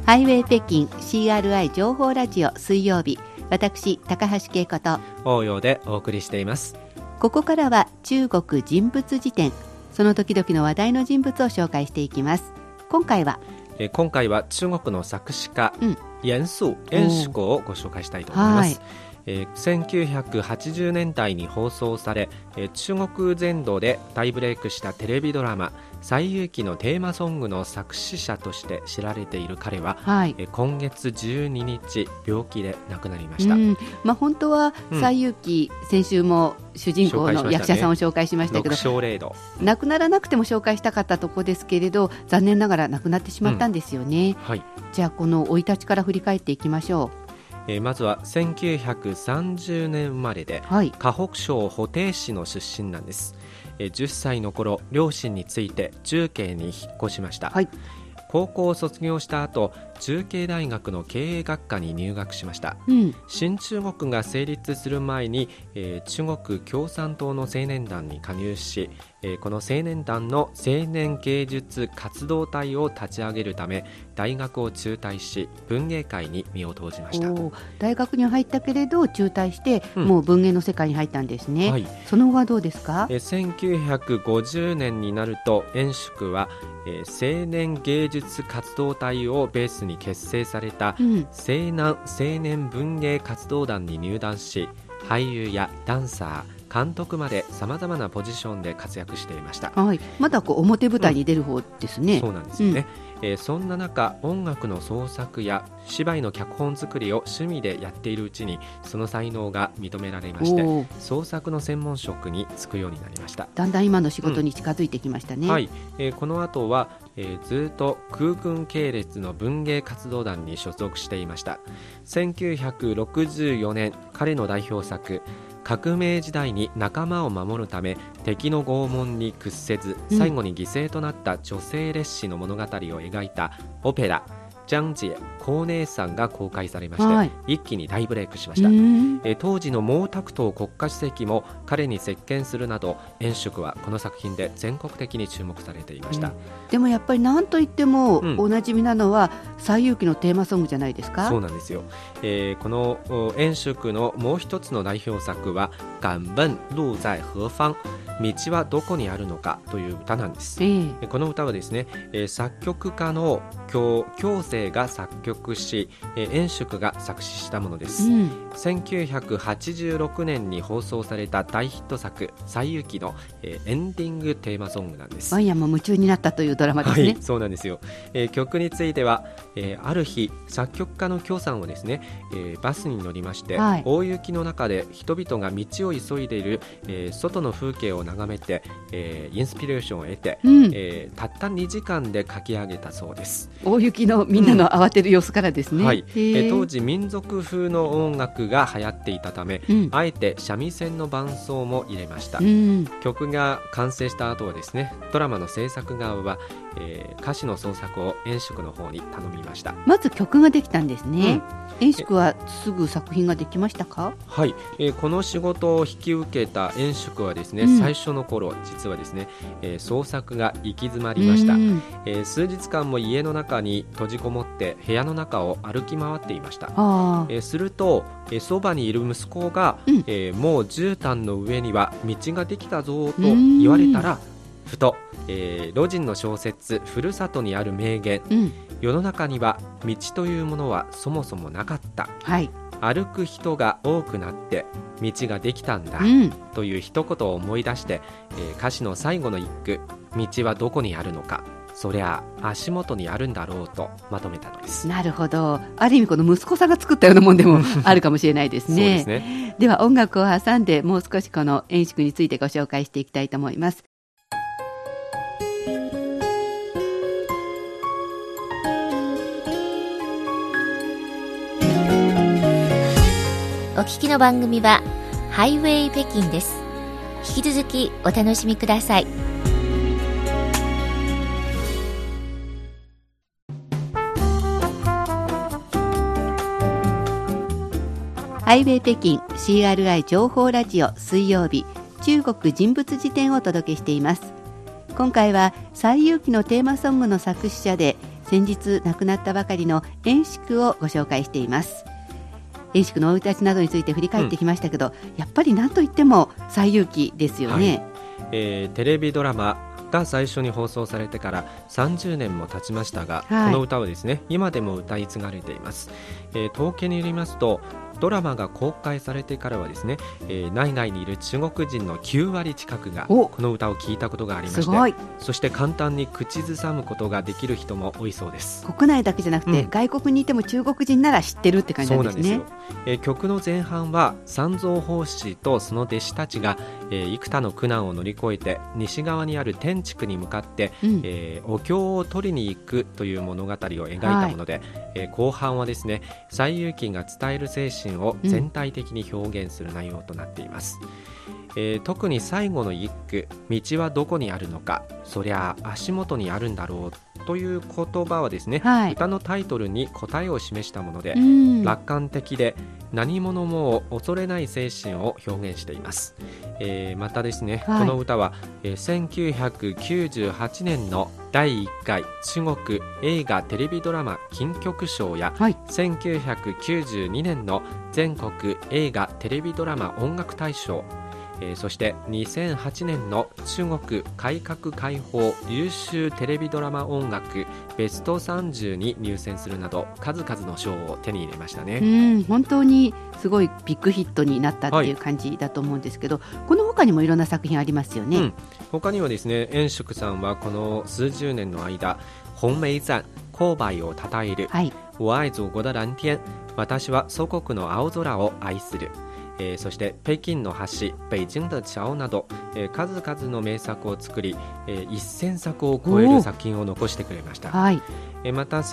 ハイウェイ北京 CRI 情報ラジオ水曜日、私高橋恵子と応用でお送りしています。 ここからは中国人物辞典、その時々の話題の人物を紹介していきます。今回は中国の作詞家、严肅をご紹介したいと思います。1980年代に放送され、中国全土で大ブレイクしたテレビドラマ西遊記のテーマソングの作詞者として知られている彼は、今月12日病気で亡くなりました。 本当は西遊記、先週も主人公の役者さんを紹介しましたけど、 6勝0度亡くならなくても紹介したかったところですけれど、残念ながら亡くなってしまったんですよね。じゃあこの生い立ちから振り返っていきましょう。 まずは1930年生まれで、河北省保定市の出身なんです。10歳の頃、両親について重慶に引っ越しました。高校を卒業した後、重慶大学の経営学科に入学しました。新中国が成立する前に、中国共産党の青年団に加入し、この青年団の青年芸術活動隊を立ち上げるため大学を中退し、文芸界に身を投じました。 大学に入ったけれど中退して、もう文芸の世界に入ったんですね。その後はどうですか ？1950年になると严粛は、青年芸術活動隊をベースに結成された、青年文芸活動団に入団し、俳優やダンサー、監督までさまざまなポジションで活躍していました。 まだ表舞台に出る方ですね。 そうなんですよね。そんな中、音楽の創作や芝居の脚本作りを趣味でやっているうちに、その才能が認められまして、創作の専門職に就くようになりました。 だんだん今の仕事に近づいてきましたね。 この後は、ずっと空軍系列の文芸活動団に所属していました。1964年、彼の代表作革命時代に仲間を守るため敵の拷問に屈せず、最後に犠牲となった女性烈士の物語を描いたオペラ張姐高姉さんが公開されまして、一気に大ブレイクしました。当時の毛沢東国家主席も彼に接見するなど、严粛はこの作品で全国的に注目されていました。 でもやっぱり何といってもおなじみなのは西遊記のテーマソングじゃないですか。 そうなんですよ。この严粛のもう一つの代表作は敢問路在何方、道はどこにあるのかという歌なんです。この歌はですね、作曲家の強生が作曲し、严粛が作詞したものです。1986年に放送された大ヒット作西遊記の、エンディングテーマソングなんです。 ワイヤーも夢中になったというドラマですね。 そうなんですよ。曲については、ある日作曲家の許さんはですね、バスに乗りまして、大雪の中で人々が道を急いでいる、外の風景を眺めて、インスピレーションを得て、たった2時間で書き上げたそうです。 大雪のみんなの慌てる様子からですね。 当時民族風の音楽が流行っていたため、あえて三味線の伴奏も入れました。曲が完成した後はですね、ドラマの制作側は、歌詞の創作を嚴粛の方に頼みました。 まず曲ができたんですね。嚴粛はすぐ作品ができましたか？ この仕事を引き受けた嚴粛はですね、最初の頃実はですね、創作が行き詰まりました。数日間も家の中に閉じこもって部屋の中を歩き回っていました。すると、そばにいる息子が、もう絨毯の上には道ができたぞと言われたら、ふと、魯迅の小説ふるさとにある名言、世の中には道というものはそもそもなかった、歩く人が多くなって道ができたんだ、という一言を思い出して、歌詞の最後の一句、道はどこにあるのか、そりゃ足元にあるんだろうとまとめたのです。 なるほど。ある意味この息子さんが作ったようなもんでもあるかもしれないですね。 そうですね。 では音楽を挟んでもう少しこの严粛についてご紹介していきたいと思います。 お聞きの番組はハイウェイ北京です。引き続きお楽しみください。 ハイウェイ北京 CRI 情報ラジオ水曜日、中国人物辞典をお届けしています。今回は西遊記のテーマソングの作詞者で先日亡くなったばかりの円祝をご紹介しています。円祝の生い立ちなどについて振り返ってきましたけど、やっぱり何といっても西遊記ですよね。 テレビドラマが最初に放送されてから30年も経ちましたが、この歌はですね、今でも歌い継がれています。統計によりますと、ドラマが公開されてからはですね、内外にいる中国人の9割近くがこの歌を聞いたことがありまして、そして簡単に口ずさむことができる人も多いそうです。 国内だけじゃなくて、外国にいても中国人なら知ってるって感じなんですね。そうなんですよ。曲の前半は三蔵法師とその弟子たちが、幾多の苦難を乗り越えて西側にある天竺に向かって、お経を取りに行くという物語を描いたもので、後半はですね、西遊記が伝える精神を全体的に表現する内容となっています。特に最後の一句、道はどこにあるのか、そりゃ足元にあるんだろうという言葉はですね、歌のタイトルに答えを示したもので、楽観的で何者も恐れない精神を表現しています。またですね、この歌は、1998年の第1回中国映画テレビドラマ金曲賞や、1992年の全国映画テレビドラマ音楽大賞、そして2008年の中国改革開放優秀テレビドラマ音楽ベスト30に入選するなど数々の賞を手に入れましたね。 本当にすごいビッグヒットになったっていう感じだと思うんですけど、この他にもいろんな作品ありますよね。 他にはですね、円祝さんはこの数十年の間、紅梅山、紅梅を称える、我愛祖国的藍天、私は祖国の青空を愛する、そして北京の橋、北京的橋など、数々の名作を作り、1000作を超える作品を残してくれました。また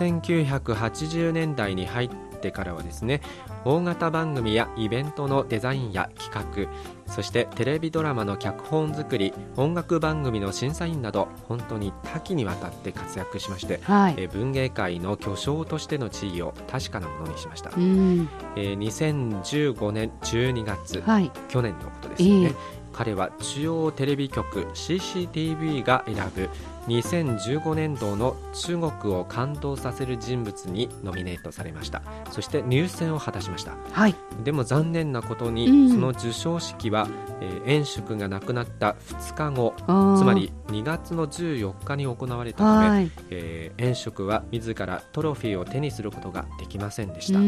1980年代に入ってからはですね、大型番組やイベントのデザインや企画、そしてテレビドラマの脚本作り、音楽番組の審査員など本当に多岐にわたって活躍しまして、文芸界の巨匠としての地位を確かなものにしました。2015年12月、去年のことですよね。彼は中央テレビ局 CCTV が選ぶ2015年度の中国を感動させる人物にノミネートされました。そして入選を果たしました。でも残念なことに、その授賞式は、円祝が亡くなった2日後、つまり2月の14日に行われたため、円祝は自らトロフィーを手にすることができませんでした。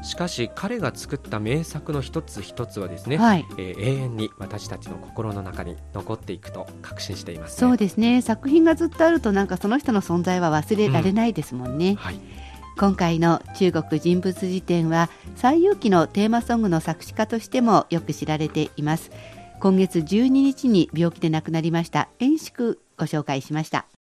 しかし彼が作った名作の一つ一つはですね、永遠に私たちの心の中に残っていくと確信していますね。 そうですね、作品がずっとあるとなんかその人の存在は忘れられないですもんね。今回の中国人物辞典は西遊記のテーマソングの作詞家としてもよく知られています。今月12日に病気で亡くなりました円祝ご紹介しました。